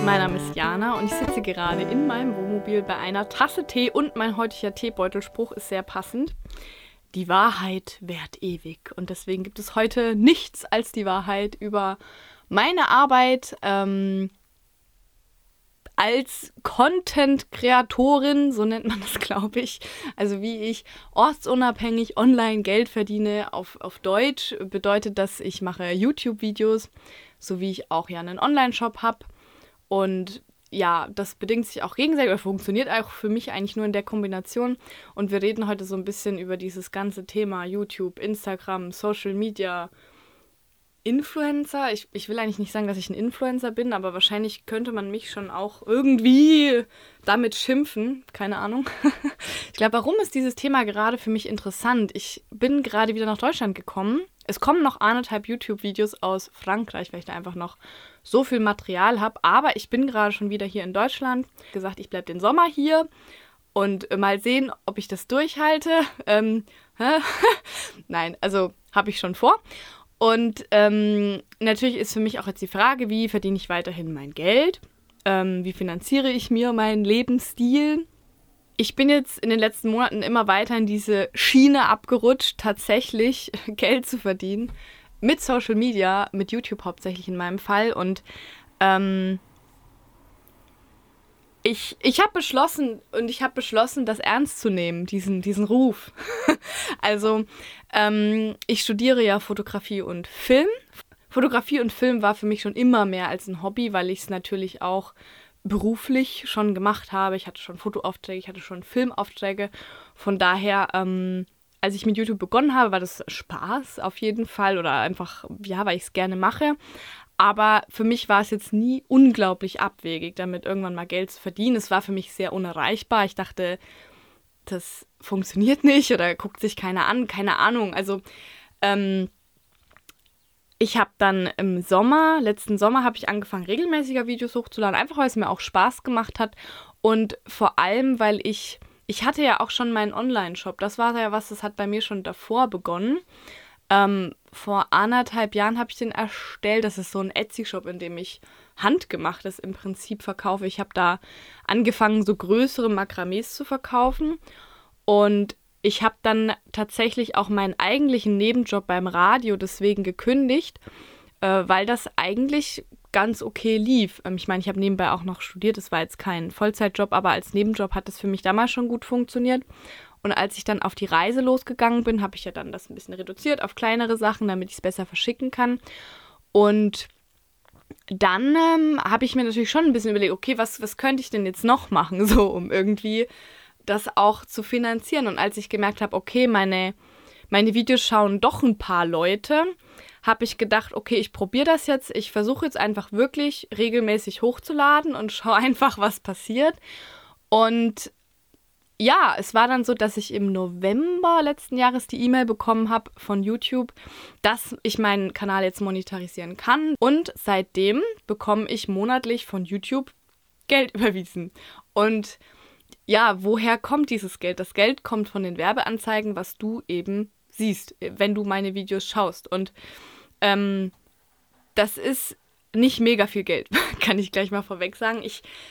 Mein Name ist Jana und ich sitze gerade in meinem Wohnmobil bei einer Tasse Tee und mein heutiger Teebeutelspruch ist sehr passend. Die Wahrheit währt ewig und deswegen gibt es heute nichts als die Wahrheit über meine Arbeit als Content-Kreatorin, so nennt man das, glaube ich. Also wie ich ortsunabhängig online Geld verdiene. Auf Deutsch bedeutet das, ich mache YouTube-Videos, so wie ich auch ja einen Online-Shop habe. Und ja, das bedingt sich auch gegenseitig oder funktioniert auch für mich eigentlich nur in der Kombination. Und wir reden heute so ein bisschen über dieses ganze Thema YouTube, Instagram, Social Media, Influencer. Ich will eigentlich nicht sagen, dass ich ein Influencer bin, aber wahrscheinlich könnte man mich schon auch irgendwie damit schimpfen. Keine Ahnung. Ich glaube, warum ist dieses Thema gerade für mich interessant? Ich bin gerade wieder nach Deutschland gekommen. Es kommen noch 1,5 YouTube-Videos aus Frankreich, weil ich da einfach noch so viel Material habe. Aber ich bin gerade schon wieder hier in Deutschland. Gesagt, ich bleibe den Sommer hier und mal sehen, ob ich das durchhalte. Nein, also habe ich schon vor. Und natürlich ist für mich auch jetzt die Frage, wie verdiene ich weiterhin mein Geld? Wie finanziere ich mir meinen Lebensstil? Ich bin jetzt in den letzten Monaten immer weiter in diese Schiene abgerutscht, tatsächlich Geld zu verdienen. Mit Social Media, mit YouTube hauptsächlich in meinem Fall. Und ich habe beschlossen, das ernst zu nehmen, diesen Ruf. Also, ich studiere ja Fotografie und Film. Fotografie und Film war für mich schon immer mehr als ein Hobby, weil ich es natürlich auch beruflich schon gemacht habe. Ich hatte schon Fotoaufträge, ich hatte schon Filmaufträge. Von daher, als ich mit YouTube begonnen habe, war das Spaß auf jeden Fall oder einfach, ja, weil ich es gerne mache. Aber für mich war es jetzt nie unglaublich abwegig, damit irgendwann mal Geld zu verdienen. Es war für mich sehr unerreichbar. Ich dachte, das funktioniert nicht oder guckt sich keiner an, keine Ahnung. Also ich habe dann letzten Sommer habe ich angefangen, regelmäßiger Videos hochzuladen, einfach weil es mir auch Spaß gemacht hat und vor allem, weil ich hatte ja auch schon meinen Online-Shop. Das war ja was, das hat bei mir schon davor begonnen. Vor 1,5 Jahren habe ich den erstellt. Das ist so ein Etsy-Shop, in dem ich Handgemachtes im Prinzip verkaufe. Ich habe da angefangen, so größere Makramees zu verkaufen. Und ich habe dann tatsächlich auch meinen eigentlichen Nebenjob beim Radio deswegen gekündigt, weil das eigentlich ganz okay lief. Ich meine, ich habe nebenbei auch noch studiert. Das war jetzt kein Vollzeitjob, aber als Nebenjob hat das für mich damals schon gut funktioniert. Und als ich dann auf die Reise losgegangen bin, habe ich ja dann das ein bisschen reduziert auf kleinere Sachen, damit ich es besser verschicken kann. Und dann habe ich mir natürlich schon ein bisschen überlegt, okay, was könnte ich denn jetzt noch machen, so um irgendwie das auch zu finanzieren. Und als ich gemerkt habe, okay, meine Videos schauen doch ein paar Leute, habe ich gedacht, okay, ich probiere das jetzt. Ich versuche jetzt einfach wirklich regelmäßig hochzuladen und schaue einfach, was passiert. Und ja, es war dann so, dass ich im November letzten Jahres die E-Mail bekommen habe von YouTube, dass ich meinen Kanal jetzt monetarisieren kann. Und seitdem bekomme ich monatlich von YouTube Geld überwiesen. Und ja, woher kommt dieses Geld? Das Geld kommt von den Werbeanzeigen, was du eben siehst, wenn du meine Videos schaust. Und das ist nicht mega viel Geld, kann ich gleich mal vorweg sagen.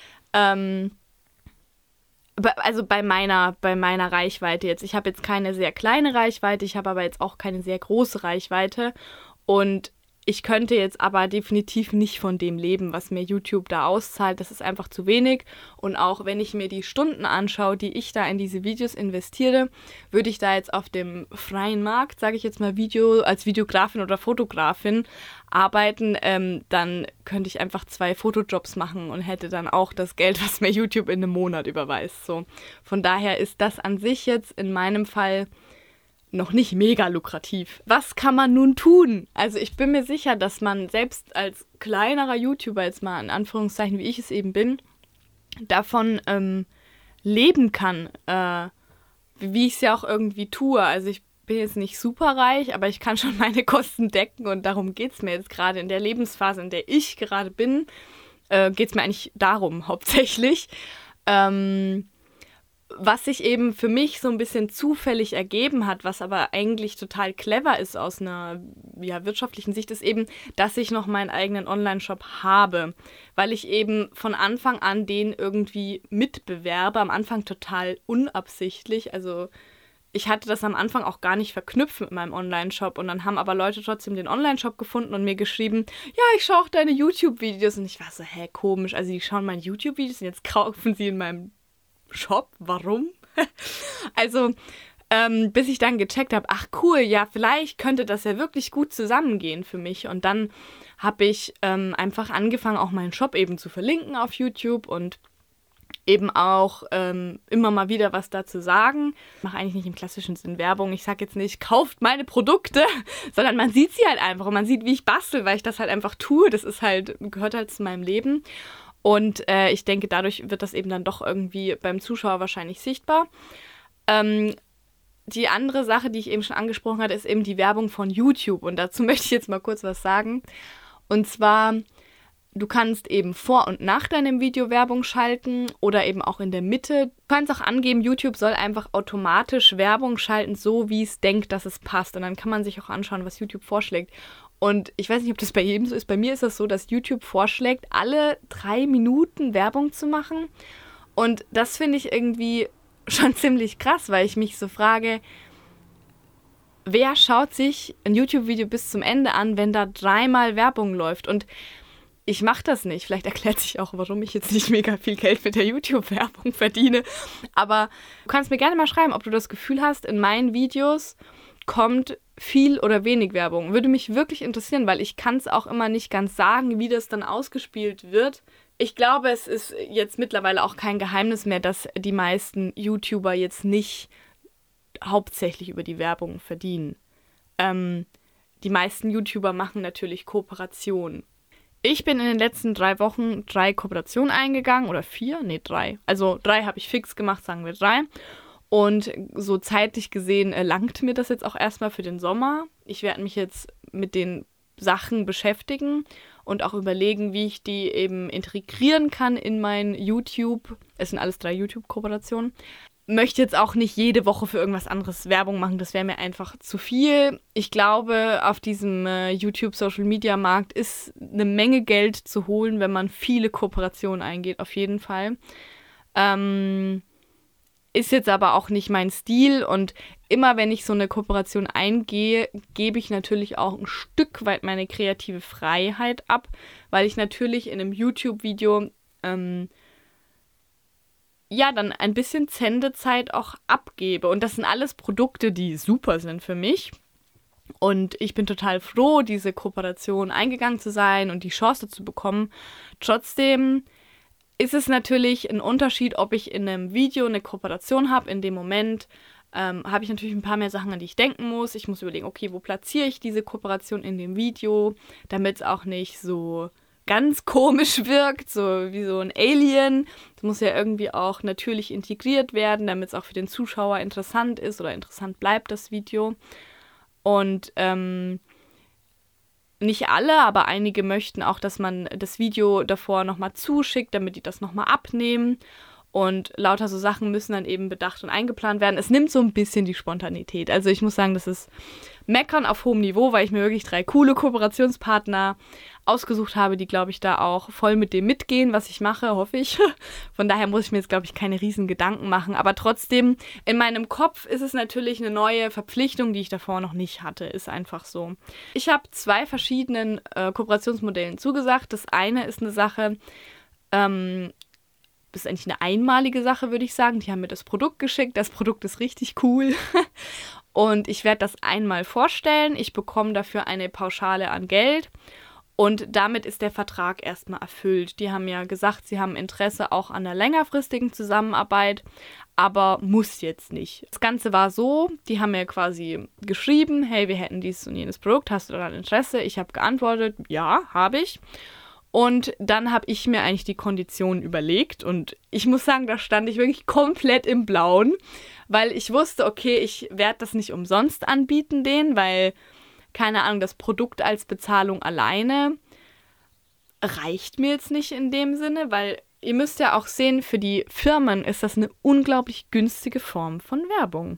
Also bei meiner Reichweite jetzt. Ich habe jetzt keine sehr kleine Reichweite, ich habe aber jetzt auch keine sehr große Reichweite. Und ich könnte jetzt aber definitiv nicht von dem leben, was mir YouTube da auszahlt. Das ist einfach zu wenig. Und auch wenn ich mir die Stunden anschaue, die ich da in diese Videos investiere, würde ich da jetzt auf dem freien Markt, sage ich jetzt mal, als Videografin oder Fotografin arbeiten, dann könnte ich einfach 2 Fotojobs machen und hätte dann auch das Geld, was mir YouTube in einem Monat überweist. So. Von daher ist das an sich jetzt in meinem Fall noch nicht mega lukrativ. Was kann man nun tun? Also ich bin mir sicher, dass man selbst als kleinerer YouTuber, jetzt mal in Anführungszeichen, wie ich es eben bin, davon leben kann, wie ich es ja auch irgendwie tue. Also ich bin jetzt nicht super reich, aber ich kann schon meine Kosten decken und darum geht es mir jetzt gerade in der Lebensphase, in der ich gerade bin, geht es mir eigentlich darum hauptsächlich. Was sich eben für mich so ein bisschen zufällig ergeben hat, was aber eigentlich total clever ist aus einer wirtschaftlichen Sicht, ist eben, dass ich noch meinen eigenen Online-Shop habe, weil ich eben von Anfang an den irgendwie mitbewerbe, am Anfang total unabsichtlich, also ich hatte das am Anfang auch gar nicht verknüpft mit meinem Online-Shop und dann haben aber Leute trotzdem den Online-Shop gefunden und mir geschrieben, ja, ich schaue auch deine YouTube-Videos und ich war so, komisch, also die schauen meine YouTube-Videos und jetzt kaufen sie in meinem Shop, warum? Also, bis ich dann gecheckt habe, ach cool, ja, vielleicht könnte das ja wirklich gut zusammengehen für mich. Und dann habe ich einfach angefangen, auch meinen Shop eben zu verlinken auf YouTube und eben auch immer mal wieder was dazu sagen. Ich mache eigentlich nicht im klassischen Sinn Werbung. Ich sage jetzt nicht, kauft meine Produkte, sondern man sieht sie halt einfach und man sieht, wie ich bastel, weil ich das halt einfach tue. Das ist halt, gehört halt zu meinem Leben. Und ich denke, dadurch wird das eben dann doch irgendwie beim Zuschauer wahrscheinlich sichtbar. Die andere Sache, die ich eben schon angesprochen hatte, ist eben die Werbung von YouTube. Und dazu möchte ich jetzt mal kurz was sagen. Und zwar, du kannst eben vor und nach deinem Video Werbung schalten oder eben auch in der Mitte. Du kannst auch angeben, YouTube soll einfach automatisch Werbung schalten, so wie es denkt, dass es passt. Und dann kann man sich auch anschauen, was YouTube vorschlägt. Und ich weiß nicht, ob das bei jedem so ist. Bei mir ist das so, dass YouTube vorschlägt, alle 3 Minuten Werbung zu machen. Und das finde ich irgendwie schon ziemlich krass, weil ich mich so frage, wer schaut sich ein YouTube-Video bis zum Ende an, wenn da 3-mal Werbung läuft? Und ich mache das nicht. Vielleicht erklärt sich auch, warum ich jetzt nicht mega viel Geld mit der YouTube-Werbung verdiene. Aber du kannst mir gerne mal schreiben, ob du das Gefühl hast, in meinen Videos kommt viel oder wenig Werbung. Würde mich wirklich interessieren, weil ich kann es auch immer nicht ganz sagen, wie das dann ausgespielt wird. Ich glaube, es ist jetzt mittlerweile auch kein Geheimnis mehr, dass die meisten YouTuber jetzt nicht hauptsächlich über die Werbung verdienen. Die meisten YouTuber machen natürlich Kooperationen. Ich bin in den letzten 3 Wochen 3 Kooperationen eingegangen, oder 4? Nee, 3. Also 3 habe ich fix gemacht, sagen wir 3. Und so zeitlich gesehen langt mir das jetzt auch erstmal für den Sommer. Ich werde mich jetzt mit den Sachen beschäftigen und auch überlegen, wie ich die eben integrieren kann in mein YouTube. Es sind alles 3 YouTube-Kooperationen. Möchte jetzt auch nicht jede Woche für irgendwas anderes Werbung machen, das wäre mir einfach zu viel. Ich glaube, auf diesem YouTube-Social-Media-Markt ist eine Menge Geld zu holen, wenn man viele Kooperationen eingeht, auf jeden Fall. Ist jetzt aber auch nicht mein Stil und immer wenn ich so eine Kooperation eingehe, gebe ich natürlich auch ein Stück weit meine kreative Freiheit ab, weil ich natürlich in einem YouTube-Video dann ein bisschen Sendezeit auch abgebe. Und das sind alles Produkte, die super sind für mich. Und ich bin total froh, diese Kooperation eingegangen zu sein und die Chance zu bekommen. Trotzdem ist es natürlich ein Unterschied, ob ich in einem Video eine Kooperation habe. In dem Moment habe ich natürlich ein paar mehr Sachen, an die ich denken muss. Ich muss überlegen, okay, wo platziere ich diese Kooperation in dem Video, damit es auch nicht so ganz komisch wirkt, so wie so ein Alien. Das muss ja irgendwie auch natürlich integriert werden, damit es auch für den Zuschauer interessant ist oder interessant bleibt, das Video. Und nicht alle, aber einige möchten auch, dass man das Video davor nochmal zuschickt, damit die das nochmal abnehmen. Und lauter so Sachen müssen dann eben bedacht und eingeplant werden. Es nimmt so ein bisschen die Spontanität. Also ich muss sagen, das ist Meckern auf hohem Niveau, weil ich mir wirklich 3 coole Kooperationspartner ausgesucht habe, die, glaube ich, da auch voll mit dem mitgehen, was ich mache, hoffe ich. Von daher muss ich mir jetzt, glaube ich, keine riesen Gedanken machen. Aber trotzdem, in meinem Kopf ist es natürlich eine neue Verpflichtung, die ich davor noch nicht hatte. Ist einfach so. Ich habe 2 verschiedenen Kooperationsmodellen zugesagt. Das eine ist eine Sache, das ist eigentlich eine einmalige Sache, würde ich sagen. Die haben mir das Produkt geschickt. Das Produkt ist richtig cool. Und ich werde das einmal vorstellen. Ich bekomme dafür eine Pauschale an Geld. Und damit ist der Vertrag erstmal erfüllt. Die haben ja gesagt, sie haben Interesse auch an einer längerfristigen Zusammenarbeit, aber muss jetzt nicht. Das Ganze war so, die haben mir quasi geschrieben, hey, wir hätten dieses und jenes Produkt, hast du daran Interesse? Ich habe geantwortet, ja, habe ich. Und dann habe ich mir eigentlich die Konditionen überlegt und ich muss sagen, da stand ich wirklich komplett im Blauen, weil ich wusste, okay, ich werde das nicht umsonst anbieten denen, weil, keine Ahnung, das Produkt als Bezahlung alleine reicht mir jetzt nicht in dem Sinne, weil ihr müsst ja auch sehen, für die Firmen ist das eine unglaublich günstige Form von Werbung.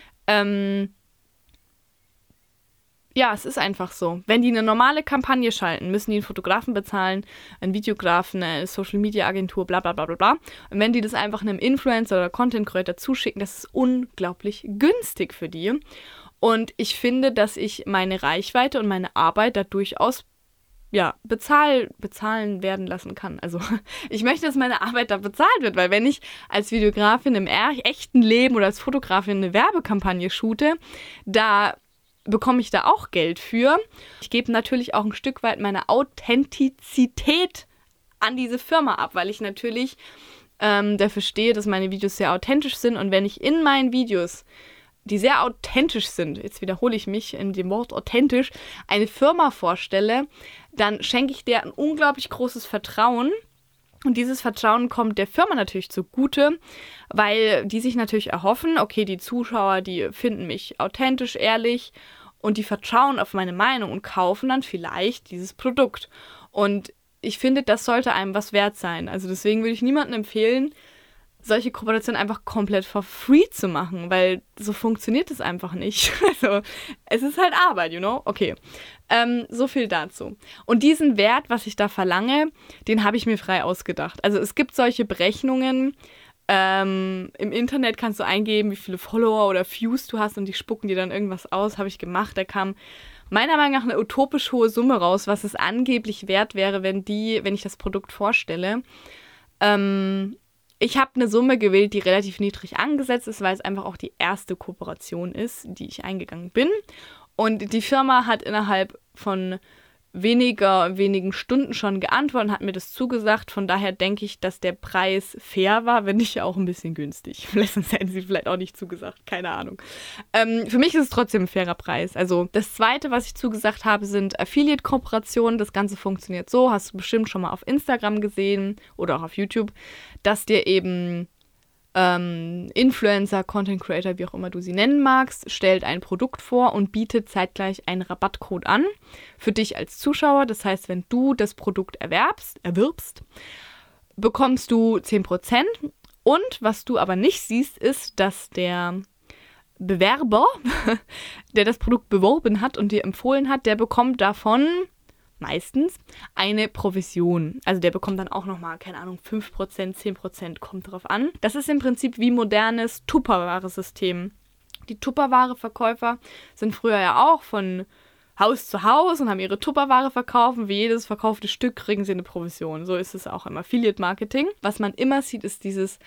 Ja, es ist einfach so. Wenn die eine normale Kampagne schalten, müssen die einen Fotografen bezahlen, einen Videografen, eine Social-Media-Agentur, bla bla bla bla bla. Und wenn die das einfach einem Influencer oder Content-Creator zuschicken, das ist unglaublich günstig für die. Und ich finde, dass ich meine Reichweite und meine Arbeit da durchaus bezahlen werden lassen kann. Also ich möchte, dass meine Arbeit da bezahlt wird, weil wenn ich als Videografin im echten Leben oder als Fotografin eine Werbekampagne shoote, da bekomme ich da auch Geld für. Ich gebe natürlich auch ein Stück weit meine Authentizität an diese Firma ab, weil ich natürlich dafür stehe, dass meine Videos sehr authentisch sind. Und wenn ich in meinen Videos, die sehr authentisch sind, jetzt wiederhole ich mich in dem Wort authentisch, eine Firma vorstelle, dann schenke ich der ein unglaublich großes Vertrauen. Und dieses Vertrauen kommt der Firma natürlich zugute, weil die sich natürlich erhoffen, okay, die Zuschauer, die finden mich authentisch, ehrlich und die vertrauen auf meine Meinung und kaufen dann vielleicht dieses Produkt. Und ich finde, das sollte einem was wert sein. Also deswegen würde ich niemandem empfehlen, solche Kooperationen einfach komplett for free zu machen, weil so funktioniert es einfach nicht. Also es ist halt Arbeit, you know? Okay, so viel dazu. Und diesen Wert, was ich da verlange, den habe ich mir frei ausgedacht. Also es gibt solche Berechnungen, im Internet kannst du eingeben, wie viele Follower oder Views du hast und die spucken dir dann irgendwas aus, habe ich gemacht. Da kam meiner Meinung nach eine utopisch hohe Summe raus, was es angeblich wert wäre, wenn ich das Produkt vorstelle. Ich habe eine Summe gewählt, die relativ niedrig angesetzt ist, weil es einfach auch die erste Kooperation ist, die ich eingegangen bin. Und die Firma hat innerhalb von wenigen Stunden schon geantwortet und hat mir das zugesagt. Von daher denke ich, dass der Preis fair war, wenn nicht auch ein bisschen günstig. Sonst hätten sie vielleicht auch nicht zugesagt, keine Ahnung. Für mich ist es trotzdem ein fairer Preis. Also das Zweite, was ich zugesagt habe, sind Affiliate-Kooperationen. Das Ganze funktioniert so, hast du bestimmt schon mal auf Instagram gesehen oder auch auf YouTube, dass dir eben Influencer, Content Creator, wie auch immer du sie nennen magst, stellt ein Produkt vor und bietet zeitgleich einen Rabattcode an für dich als Zuschauer. Das heißt, wenn du das Produkt erwirbst, bekommst du 10%. Und was du aber nicht siehst, ist, dass der Bewerber, der das Produkt beworben hat und dir empfohlen hat, der bekommt davon meistens eine Provision. Also der bekommt dann auch nochmal, keine Ahnung, 5%, 10%, kommt drauf an. Das ist im Prinzip wie modernes Tupperware-System. Die Tupperware-Verkäufer sind früher ja auch von Haus zu Haus und haben ihre Tupperware verkauft. Für jedes verkaufte Stück kriegen sie eine Provision. So ist es auch im Affiliate-Marketing. Was man immer sieht, ist dieses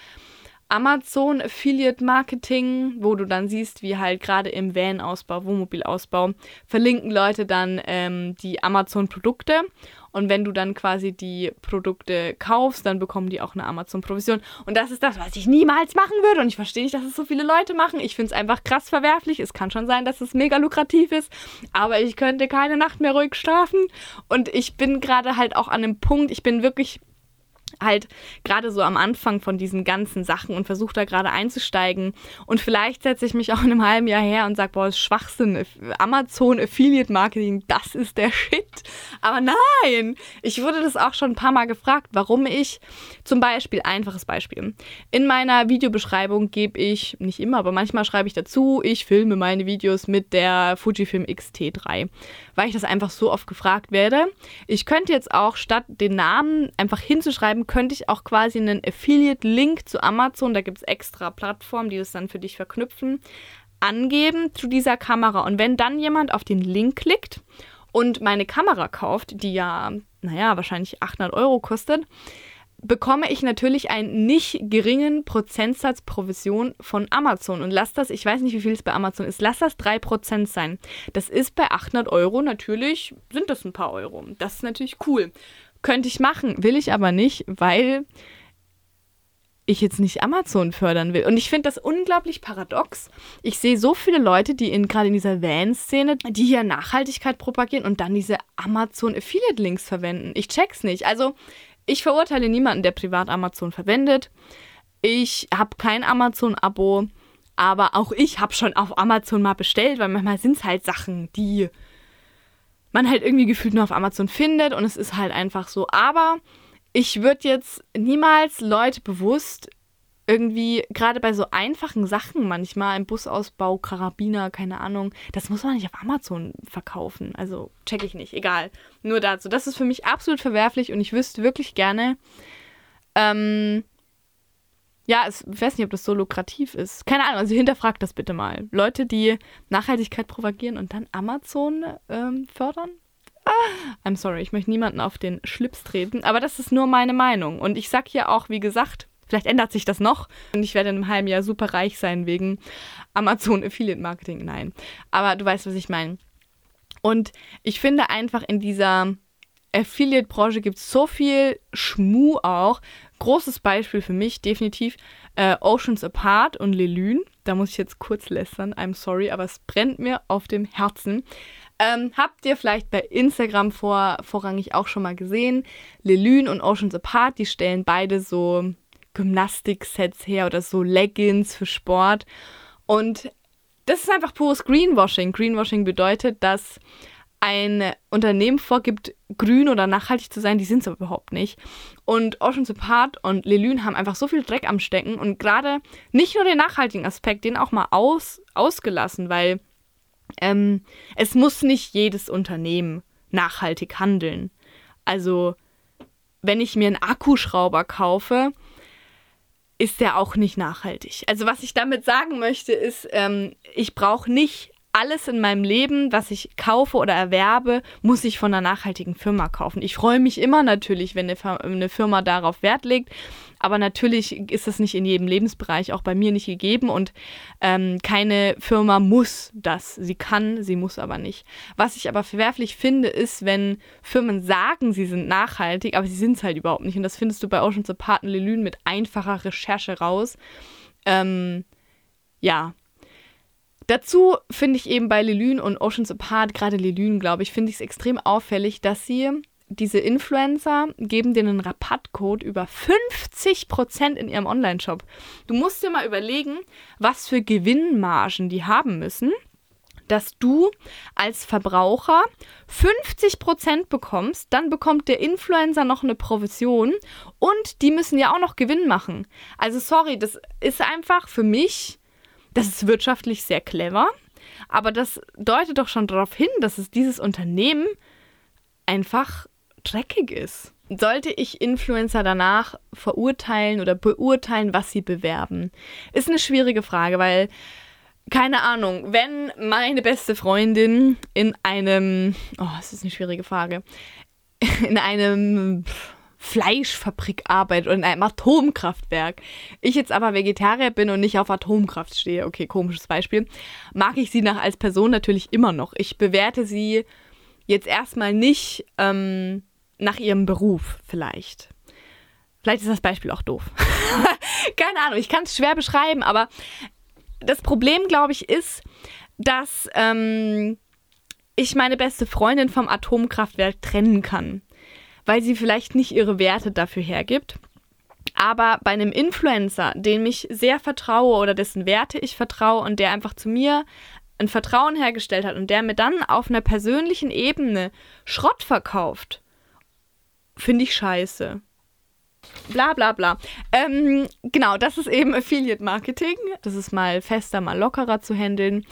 Amazon Affiliate Marketing, wo du dann siehst, wie halt gerade im Van-Ausbau, Wohnmobilausbau, verlinken Leute dann die Amazon-Produkte. Und wenn du dann quasi die Produkte kaufst, dann bekommen die auch eine Amazon-Provision. Und das ist das, was ich niemals machen würde. Und ich verstehe nicht, dass es so viele Leute machen. Ich finde es einfach krass verwerflich. Es kann schon sein, dass es mega lukrativ ist. Aber ich könnte keine Nacht mehr ruhig schlafen. Und ich bin gerade halt auch an einem Punkt, ich bin wirklich halt gerade so am Anfang von diesen ganzen Sachen und versuche da gerade einzusteigen. Und vielleicht setze ich mich auch in einem halben Jahr her und sage, boah, das ist Schwachsinn, Amazon Affiliate Marketing, das ist der Shit. Aber nein, ich wurde das auch schon ein paar Mal gefragt, warum ich zum Beispiel, einfaches Beispiel, in meiner Videobeschreibung gebe ich, nicht immer, aber manchmal schreibe ich dazu, ich filme meine Videos mit der Fujifilm X-T3, weil ich das einfach so oft gefragt werde. Ich könnte jetzt auch statt den Namen einfach hinzuschreiben, könnte ich auch quasi einen Affiliate-Link zu Amazon, da gibt es extra Plattformen, die das dann für dich verknüpfen, angeben zu dieser Kamera. Und wenn dann jemand auf den Link klickt und meine Kamera kauft, die ja, wahrscheinlich 800 € kostet, bekomme ich natürlich einen nicht geringen Prozentsatz Provision von Amazon. Und lass das, ich weiß nicht, wie viel es bei Amazon ist, lass das 3% sein. Das ist bei 800 € natürlich, sind das ein paar Euro. Das ist natürlich cool. Könnte ich machen, will ich aber nicht, weil ich jetzt nicht Amazon fördern will. Und ich finde das unglaublich paradox. Ich sehe so viele Leute, die gerade in dieser Van-Szene, die hier Nachhaltigkeit propagieren und dann diese Amazon-Affiliate-Links verwenden. Ich check's nicht. Also ich verurteile niemanden, der privat Amazon verwendet. Ich habe kein Amazon-Abo, aber auch ich habe schon auf Amazon mal bestellt, weil manchmal sind es halt Sachen, die man halt irgendwie gefühlt nur auf Amazon findet und es ist halt einfach so. Aber ich würde jetzt niemals Leute bewusst irgendwie, gerade bei so einfachen Sachen manchmal, im Busausbau, Karabiner, keine Ahnung, das muss man nicht auf Amazon verkaufen. Also check ich nicht, egal. Nur dazu. Das ist für mich absolut verwerflich und ich wüsste wirklich gerne, ja, ich weiß nicht, ob das so lukrativ ist. Keine Ahnung, also hinterfragt das bitte mal. Leute, die Nachhaltigkeit propagieren und dann Amazon fördern? I'm sorry, ich möchte niemanden auf den Schlips treten, aber das ist nur meine Meinung. Und ich sag hier auch, wie gesagt, vielleicht ändert sich das noch und ich werde in einem halben Jahr super reich sein wegen Amazon Affiliate Marketing. Nein, aber du weißt, was ich meine. Und ich finde einfach, in dieser Affiliate-Branche gibt es so viel Schmuh auch. Großes Beispiel für mich definitiv Oceans Apart und Lelune. Da muss ich jetzt kurz lästern, I'm sorry, aber es brennt mir auf dem Herzen. Habt ihr vielleicht bei Instagram vorrangig auch schon mal gesehen. Lelune und Oceans Apart, die stellen beide so Gymnastiksets her oder so Leggings für Sport. Und das ist einfach pures Greenwashing. Greenwashing bedeutet, dass ein Unternehmen vorgibt, grün oder nachhaltig zu sein, die sind es aber überhaupt nicht. Und Oceans Apart und Lelune haben einfach so viel Dreck am Stecken und gerade nicht nur den nachhaltigen Aspekt, den auch mal ausgelassen, weil es muss nicht jedes Unternehmen nachhaltig handeln. Also, wenn ich mir einen Akkuschrauber kaufe, ist der auch nicht nachhaltig. Also, was ich damit sagen möchte, ist, ich brauche nicht alles in meinem Leben, was ich kaufe oder erwerbe, muss ich von einer nachhaltigen Firma kaufen. Ich freue mich immer natürlich, wenn eine Firma darauf Wert legt, aber natürlich ist das nicht in jedem Lebensbereich, auch bei mir nicht gegeben und keine Firma muss das. Sie kann, sie muss aber nicht. Was ich aber verwerflich finde, ist, wenn Firmen sagen, sie sind nachhaltig, aber sie sind es halt überhaupt nicht und das findest du bei Oceans Apart und Lelune mit einfacher Recherche raus. Ja. Dazu finde ich eben bei Lelune und Oceans Apart, gerade Lelune, glaube ich, finde ich es extrem auffällig, dass diese Influencer geben denen einen Rabattcode über 50% in ihrem Online-Shop. Du musst dir mal überlegen, was für Gewinnmargen die haben müssen, dass du als Verbraucher 50% bekommst, dann bekommt der Influencer noch eine Provision und die müssen ja auch noch Gewinn machen. Also sorry, das ist einfach für mich... Das ist wirtschaftlich sehr clever, aber das deutet doch schon darauf hin, dass es dieses Unternehmen einfach dreckig ist. Sollte ich Influencer danach verurteilen oder beurteilen, was sie bewerben? Ist eine schwierige Frage, weil, keine Ahnung, wenn meine beste Freundin in einem, es ist eine schwierige Frage, in einem Fleischfabrik arbeitet oder in einem Atomkraftwerk. Ich jetzt aber Vegetarier bin und nicht auf Atomkraft stehe, okay, komisches Beispiel, mag ich sie als Person natürlich immer noch. Ich bewerte sie jetzt erstmal nicht nach ihrem Beruf vielleicht. Vielleicht ist das Beispiel auch doof. Keine Ahnung, ich kann es schwer beschreiben, aber das Problem, glaube ich, ist, dass ich meine beste Freundin vom Atomkraftwerk trennen kann, weil sie vielleicht nicht ihre Werte dafür hergibt. Aber bei einem Influencer, dem ich sehr vertraue oder dessen Werte ich vertraue und der einfach zu mir ein Vertrauen hergestellt hat und der mir dann auf einer persönlichen Ebene Schrott verkauft, finde ich scheiße. Bla bla bla. Genau, das ist eben Affiliate Marketing. Das ist mal fester, mal lockerer zu handeln.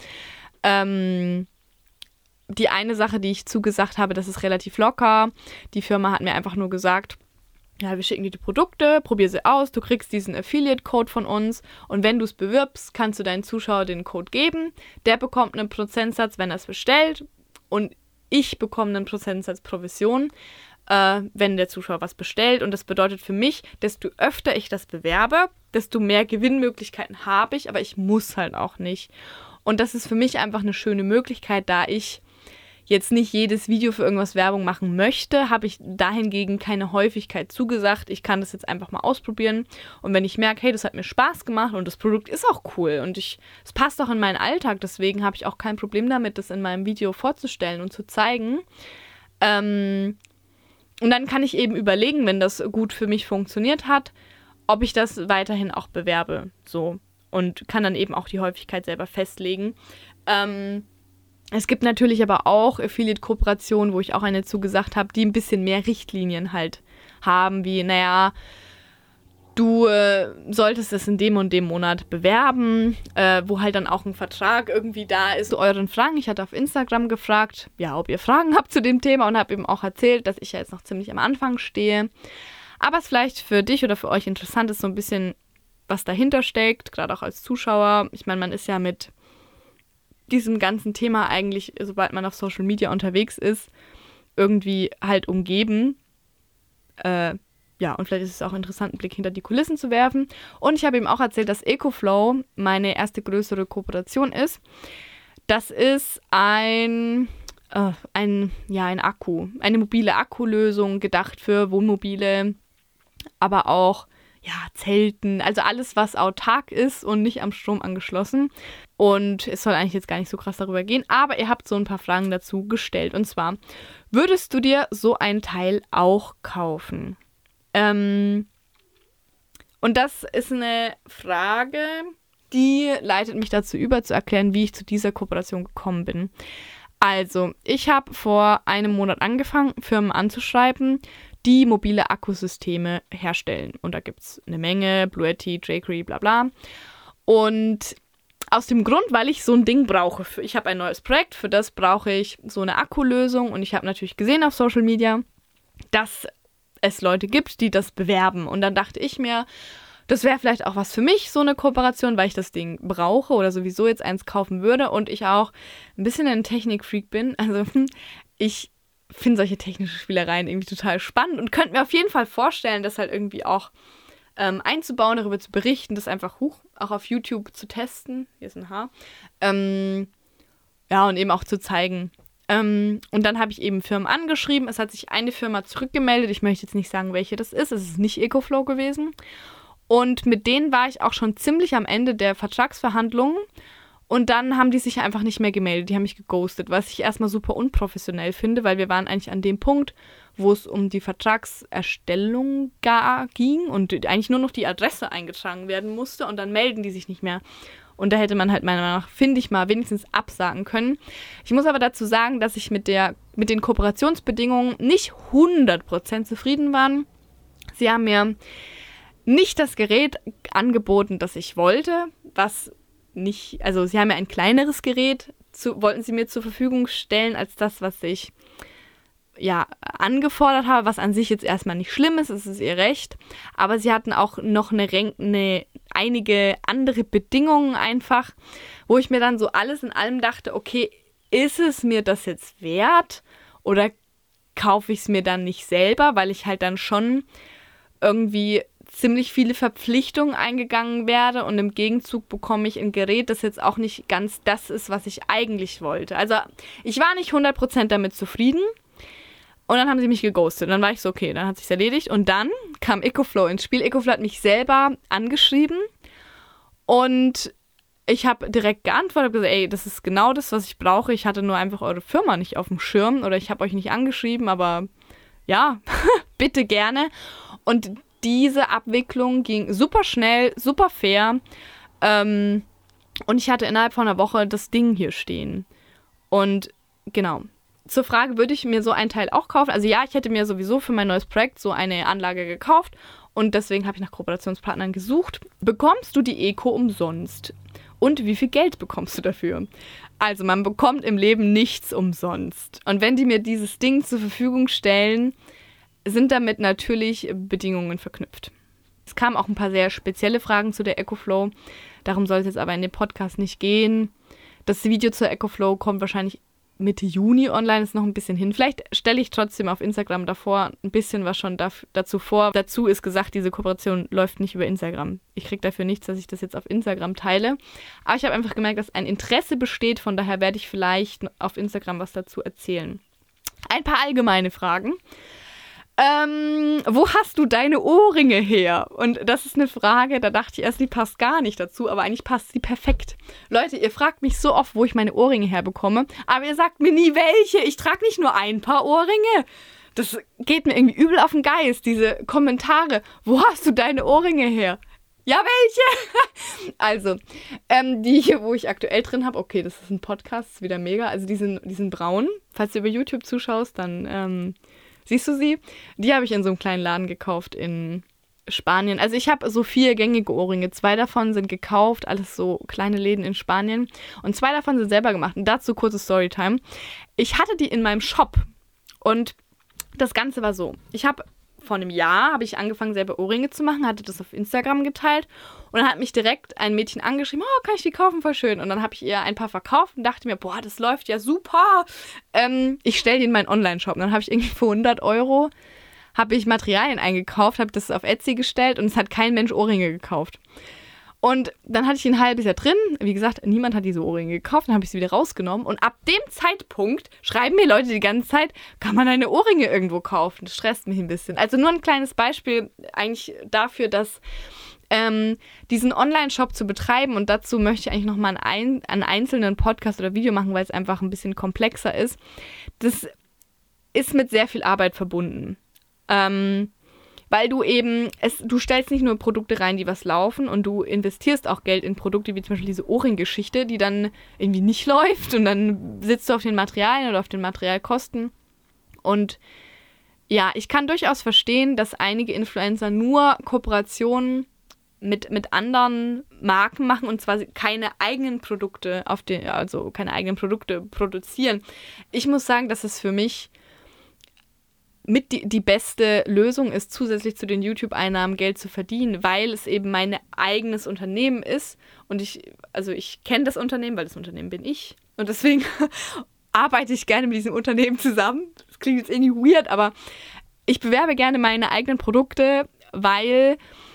Die eine Sache, die ich zugesagt habe, das ist relativ locker. Die Firma hat mir einfach nur gesagt, ja, wir schicken dir die Produkte, probier sie aus, du kriegst diesen Affiliate-Code von uns und wenn du es bewirbst, kannst du deinen Zuschauer den Code geben. Der bekommt einen Prozentsatz, wenn er es bestellt und ich bekomme einen Prozentsatz Provision, wenn der Zuschauer was bestellt. Und das bedeutet für mich, desto öfter ich das bewerbe, desto mehr Gewinnmöglichkeiten habe ich, aber ich muss halt auch nicht. Und das ist für mich einfach eine schöne Möglichkeit, da ich jetzt nicht jedes Video für irgendwas Werbung machen möchte, habe ich dahingegen keine Häufigkeit zugesagt. Ich kann das jetzt einfach mal ausprobieren. Und wenn ich merke, hey, das hat mir Spaß gemacht und das Produkt ist auch cool und es passt auch in meinen Alltag, deswegen habe ich auch kein Problem damit, das in meinem Video vorzustellen und zu zeigen. Und dann kann ich eben überlegen, wenn das gut für mich funktioniert hat, ob ich das weiterhin auch bewerbe. So. Und kann dann eben auch die Häufigkeit selber festlegen. Es gibt natürlich aber auch Affiliate-Kooperationen, wo ich auch eine zugesagt habe, die ein bisschen mehr Richtlinien halt haben, wie, naja, du solltest es in dem und dem Monat bewerben, wo halt dann auch ein Vertrag irgendwie da ist. Zu euren Fragen, ich hatte auf Instagram gefragt, ja, ob ihr Fragen habt zu dem Thema und habe eben auch erzählt, dass ich ja jetzt noch ziemlich am Anfang stehe. Aber es vielleicht für dich oder für euch interessant ist, so ein bisschen, was dahinter steckt, gerade auch als Zuschauer. Ich meine, man ist ja mit diesem ganzen Thema eigentlich, sobald man auf Social Media unterwegs ist, irgendwie halt umgeben. Ja, und vielleicht ist es auch interessant, einen Blick hinter die Kulissen zu werfen. Und ich habe ihm auch erzählt, dass EcoFlow meine erste größere Kooperation ist. Das ist ein Akku, eine mobile Akkulösung, gedacht für Wohnmobile, aber auch Zelten, also alles, was autark ist und nicht am Strom angeschlossen. Und es soll eigentlich jetzt gar nicht so krass darüber gehen, aber ihr habt so ein paar Fragen dazu gestellt. Und zwar, würdest du dir so ein Teil auch kaufen? Und das ist eine Frage, die leitet mich dazu über, zu erklären, wie ich zu dieser Kooperation gekommen bin. Also, ich habe vor einem Monat angefangen, Firmen anzuschreiben, die mobile Akkusysteme herstellen. Und da gibt es eine Menge, Bluetti, Jackery, bla bla. Und aus dem Grund, weil ich so ein Ding brauche. Ich habe ein neues Projekt, für das brauche ich so eine Akkulösung. Und ich habe natürlich gesehen auf Social Media, dass es Leute gibt, die das bewerben. Und dann dachte ich mir, das wäre vielleicht auch was für mich, so eine Kooperation, weil ich das Ding brauche oder sowieso jetzt eins kaufen würde und ich auch ein bisschen ein Technikfreak bin. Also ich finde solche technische Spielereien irgendwie total spannend und könnte mir auf jeden Fall vorstellen, das halt irgendwie auch einzubauen, darüber zu berichten, das einfach auch auf YouTube zu testen. Hier ist ein Haar. Und eben auch zu zeigen. Und dann habe ich eben Firmen angeschrieben. Es hat sich eine Firma zurückgemeldet. Ich möchte jetzt nicht sagen, welche das ist. Es ist nicht EcoFlow gewesen. Und mit denen war ich auch schon ziemlich am Ende der Vertragsverhandlungen. Und dann haben die sich einfach nicht mehr gemeldet. Die haben mich geghostet, was ich erstmal super unprofessionell finde, weil wir waren eigentlich an dem Punkt, wo es um die Vertragserstellung ging und eigentlich nur noch die Adresse eingetragen werden musste. Und dann melden die sich nicht mehr. Und da hätte man halt meiner Meinung nach, finde ich mal, wenigstens absagen können. Ich muss aber dazu sagen, dass ich mit den Kooperationsbedingungen nicht 100% zufrieden war. Sie haben mir nicht das Gerät angeboten, das ich wollte, sie haben mir ein kleineres Gerät, wollten sie mir zur Verfügung stellen, als das, was ich angefordert habe, was an sich jetzt erstmal nicht schlimm ist, es ist ihr Recht, aber sie hatten auch noch einige andere Bedingungen einfach, wo ich mir dann so alles in allem dachte, okay, ist es mir das jetzt wert oder kaufe ich es mir dann nicht selber, weil ich halt dann schon irgendwie ziemlich viele Verpflichtungen eingegangen werde und im Gegenzug bekomme ich ein Gerät, das jetzt auch nicht ganz das ist, was ich eigentlich wollte. Also ich war nicht 100% damit zufrieden. Und dann haben sie mich geghostet. Und dann war ich so, okay, dann hat sich's erledigt. Und dann kam EcoFlow ins Spiel. EcoFlow hat mich selber angeschrieben. Und ich habe direkt geantwortet, habe gesagt, ey, das ist genau das, was ich brauche. Ich hatte nur einfach eure Firma nicht auf dem Schirm. Oder ich habe euch nicht angeschrieben, aber ja, bitte gerne. Und diese Abwicklung ging super schnell, super fair. Und ich hatte innerhalb von einer Woche das Ding hier stehen. Und genau. Zur Frage, würde ich mir so ein Teil auch kaufen? Also ja, ich hätte mir sowieso für mein neues Projekt so eine Anlage gekauft und deswegen habe ich nach Kooperationspartnern gesucht. Bekommst du die Eco umsonst? Und wie viel Geld bekommst du dafür? Also man bekommt im Leben nichts umsonst. Und wenn die mir dieses Ding zur Verfügung stellen, sind damit natürlich Bedingungen verknüpft. Es kamen auch ein paar sehr spezielle Fragen zu der EcoFlow. Darum soll es jetzt aber in dem Podcast nicht gehen. Das Video zur EcoFlow kommt wahrscheinlich Mitte Juni online, ist noch ein bisschen hin. Vielleicht stelle ich trotzdem auf Instagram davor ein bisschen was schon dazu vor. Dazu ist gesagt, diese Kooperation läuft nicht über Instagram. Ich kriege dafür nichts, dass ich das jetzt auf Instagram teile. Aber ich habe einfach gemerkt, dass ein Interesse besteht. Von daher werde ich vielleicht auf Instagram was dazu erzählen. Ein paar allgemeine Fragen. Wo hast du deine Ohrringe her? Und das ist eine Frage, da dachte ich erst, die passt gar nicht dazu, aber eigentlich passt sie perfekt. Leute, ihr fragt mich so oft, wo ich meine Ohrringe herbekomme, aber ihr sagt mir nie welche. Ich trage nicht nur ein paar Ohrringe. Das geht mir irgendwie übel auf den Geist, diese Kommentare. Wo hast du deine Ohrringe her? Ja, welche? Also, die hier, wo ich aktuell drin habe, okay, das ist ein Podcast, ist wieder mega. Also die sind braun. Falls du über YouTube zuschaust, dann Siehst du sie? Die habe ich in so einem kleinen Laden gekauft in Spanien. Also ich habe so 4 gängige Ohrringe. 2 davon sind gekauft, alles so kleine Läden in Spanien. Und 2 davon sind selber gemacht. Und dazu kurze Storytime. Ich hatte die in meinem Shop. Und das Ganze war so. Vor einem Jahr habe ich angefangen, selber Ohrringe zu machen, hatte das auf Instagram geteilt. Und dann hat mich direkt ein Mädchen angeschrieben, oh, kann ich die kaufen? Voll schön. Und dann habe ich ihr ein paar verkauft und dachte mir, boah, das läuft ja super. Ich stelle die in meinen Online-Shop. Und dann habe ich irgendwie für 100 € habe ich Materialien eingekauft, habe das auf Etsy gestellt und es hat kein Mensch Ohrringe gekauft. Und dann hatte ich ein halbes Jahr drin. Wie gesagt, niemand hat diese Ohrringe gekauft. Dann habe ich sie wieder rausgenommen. Und ab dem Zeitpunkt schreiben mir Leute die ganze Zeit, kann man deine Ohrringe irgendwo kaufen? Das stresst mich ein bisschen. Also nur ein kleines Beispiel eigentlich dafür, dass diesen Online-Shop zu betreiben, und dazu möchte ich eigentlich nochmal einen einzelnen Podcast oder Video machen, weil es einfach ein bisschen komplexer ist. Das ist mit sehr viel Arbeit verbunden. Weil du stellst nicht nur Produkte rein, die was laufen, und du investierst auch Geld in Produkte, wie zum Beispiel diese Ohrring-Geschichte, die dann irgendwie nicht läuft, und dann sitzt du auf den Materialien oder auf den Materialkosten. Und ja, ich kann durchaus verstehen, dass einige Influencer nur Kooperationen mit anderen Marken machen und zwar keine eigenen Produkte keine eigenen Produkte produzieren. Ich muss sagen, dass es für mich mit die beste Lösung ist, zusätzlich zu den YouTube-Einnahmen Geld zu verdienen, weil es eben mein eigenes Unternehmen ist und ich kenne das Unternehmen, weil das Unternehmen bin ich, und deswegen arbeite ich gerne mit diesem Unternehmen zusammen. Das klingt jetzt irgendwie weird, aber ich bewerbe gerne meine eigenen Produkte, weil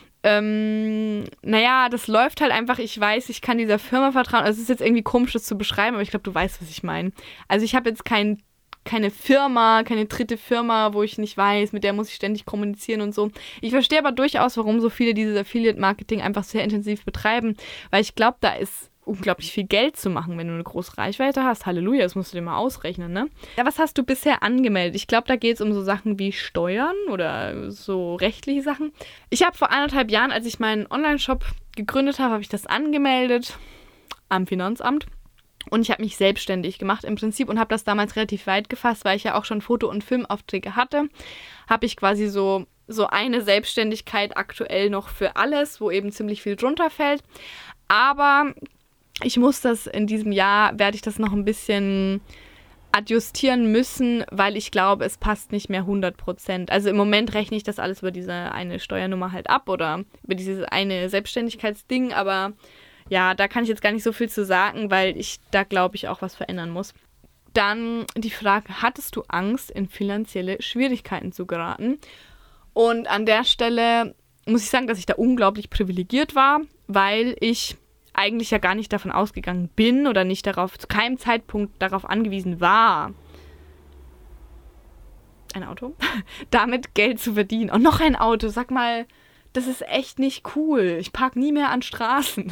das läuft halt einfach, ich weiß, ich kann dieser Firma vertrauen. Also es ist jetzt irgendwie komisch, das zu beschreiben, aber ich glaube, du weißt, was ich meine. Also ich habe jetzt keine Firma, keine dritte Firma, wo ich nicht weiß, mit der muss ich ständig kommunizieren und so. Ich verstehe aber durchaus, warum so viele dieses Affiliate-Marketing einfach sehr intensiv betreiben, weil ich glaube, da ist unglaublich viel Geld zu machen, wenn du eine große Reichweite hast. Halleluja, das musst du dir mal ausrechnen, ne? Ja, was hast du bisher angemeldet? Ich glaube, da geht es um so Sachen wie Steuern oder so rechtliche Sachen. Ich habe vor 1,5 Jahren, als ich meinen Online-Shop gegründet habe, habe ich das angemeldet am Finanzamt. Und ich habe mich selbstständig gemacht im Prinzip und habe das damals relativ weit gefasst, weil ich ja auch schon Foto- und Filmaufträge hatte. Habe ich quasi so eine Selbstständigkeit aktuell noch für alles, wo eben ziemlich viel drunter fällt. Aber ich muss das in diesem Jahr, werde ich das noch ein bisschen adjustieren müssen, weil ich glaube, es passt nicht mehr 100%. Also im Moment rechne ich das alles über diese eine Steuernummer halt ab oder über dieses eine Selbstständigkeitsding, aber ja, da kann ich jetzt gar nicht so viel zu sagen, weil ich da, glaube ich, auch was verändern muss. Dann die Frage, hattest du Angst, in finanzielle Schwierigkeiten zu geraten? Und an der Stelle muss ich sagen, dass ich da unglaublich privilegiert war, weil ich eigentlich ja gar nicht davon ausgegangen bin oder nicht zu keinem Zeitpunkt darauf angewiesen war, ein Auto, damit Geld zu verdienen. Und noch ein Auto, sag mal, das ist echt nicht cool. Ich parke nie mehr an Straßen.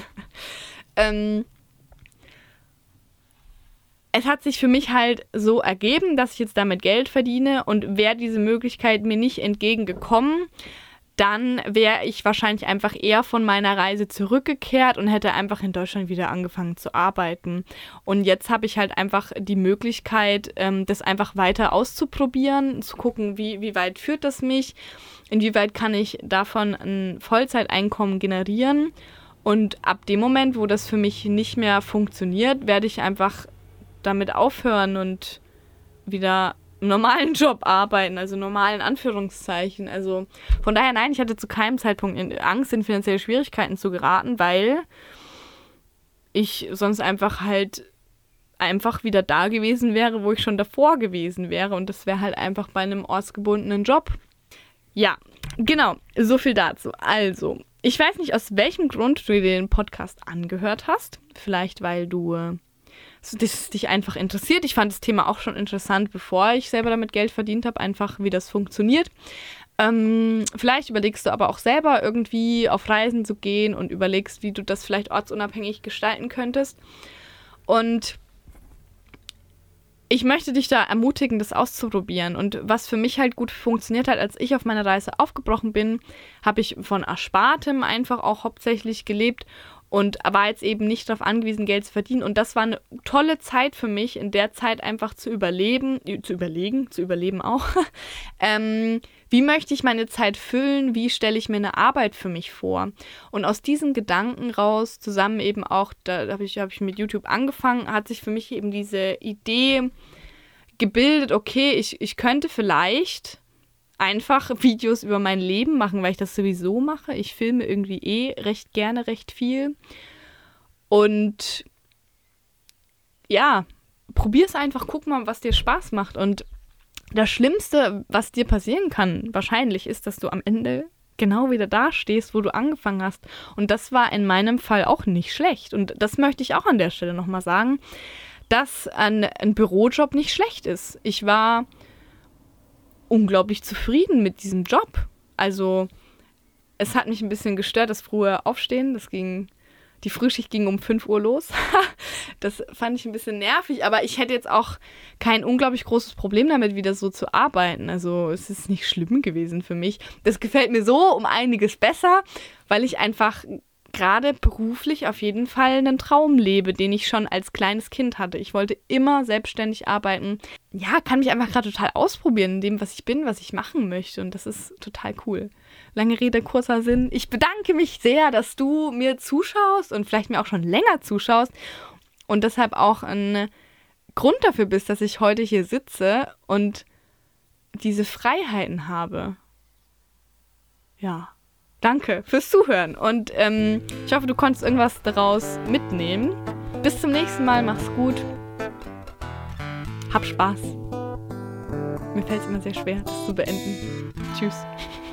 Es hat sich für mich halt so ergeben, dass ich jetzt damit Geld verdiene, und wäre diese Möglichkeit mir nicht entgegengekommen, dann wäre ich wahrscheinlich einfach eher von meiner Reise zurückgekehrt und hätte einfach in Deutschland wieder angefangen zu arbeiten. Und jetzt habe ich halt einfach die Möglichkeit, das einfach weiter auszuprobieren, zu gucken, wie weit führt das mich, inwieweit kann ich davon ein Vollzeiteinkommen generieren. Und ab dem Moment, wo das für mich nicht mehr funktioniert, werde ich einfach damit aufhören und wieder im normalen Job arbeiten, also normalen Anführungszeichen. Also von daher nein, ich hatte zu keinem Zeitpunkt Angst, in finanzielle Schwierigkeiten zu geraten, weil ich sonst einfach wieder da gewesen wäre, wo ich schon davor gewesen wäre, und das wäre halt einfach bei einem ortsgebundenen Job. Ja, genau, so viel dazu. Also, ich weiß nicht, aus welchem Grund du dir den Podcast angehört hast. Vielleicht, weil das dich einfach interessiert. Ich fand das Thema auch schon interessant, bevor ich selber damit Geld verdient habe, einfach wie das funktioniert. Vielleicht überlegst du aber auch selber irgendwie auf Reisen zu gehen und überlegst, wie du das vielleicht ortsunabhängig gestalten könntest. Und ich möchte dich da ermutigen, das auszuprobieren. Und was für mich halt gut funktioniert hat, als ich auf meiner Reise aufgebrochen bin, habe ich von Erspartem einfach auch hauptsächlich gelebt. und war jetzt eben nicht darauf angewiesen, Geld zu verdienen. Und das war eine tolle Zeit für mich, in der Zeit einfach zu überleben auch. Wie möchte ich meine Zeit füllen? Wie stelle ich mir eine Arbeit für mich vor? Und aus diesen Gedanken raus, zusammen eben auch, da habe ich mit YouTube angefangen, hat sich für mich eben diese Idee gebildet, okay, ich könnte vielleicht einfach Videos über mein Leben machen, weil ich das sowieso mache. Ich filme irgendwie recht gerne, recht viel. Und ja, probier es einfach, guck mal, was dir Spaß macht. Und das Schlimmste, was dir passieren kann, wahrscheinlich, ist, dass du am Ende genau wieder da stehst, wo du angefangen hast. Und das war in meinem Fall auch nicht schlecht. Und das möchte ich auch an der Stelle nochmal sagen, dass ein Bürojob nicht schlecht ist. Ich war unglaublich zufrieden mit diesem Job. Also es hat mich ein bisschen gestört, das frühe Aufstehen. Die Frühschicht ging um 5 Uhr los. Das fand ich ein bisschen nervig, aber ich hätte jetzt auch kein unglaublich großes Problem damit, wieder so zu arbeiten. Also es ist nicht schlimm gewesen für mich. Das gefällt mir so um einiges besser, weil ich einfach gerade beruflich auf jeden Fall einen Traum lebe, den ich schon als kleines Kind hatte. Ich wollte immer selbstständig arbeiten. Ja, kann mich einfach gerade total ausprobieren in dem, was ich bin, was ich machen möchte. Und das ist total cool. Lange Rede, kurzer Sinn. Ich bedanke mich sehr, dass du mir zuschaust und vielleicht mir auch schon länger zuschaust und deshalb auch ein Grund dafür bist, dass ich heute hier sitze und diese Freiheiten habe. Ja. Danke fürs Zuhören und ich hoffe, du konntest irgendwas daraus mitnehmen. Bis zum nächsten Mal, mach's gut. Hab Spaß. Mir fällt es immer sehr schwer, das zu beenden. Tschüss.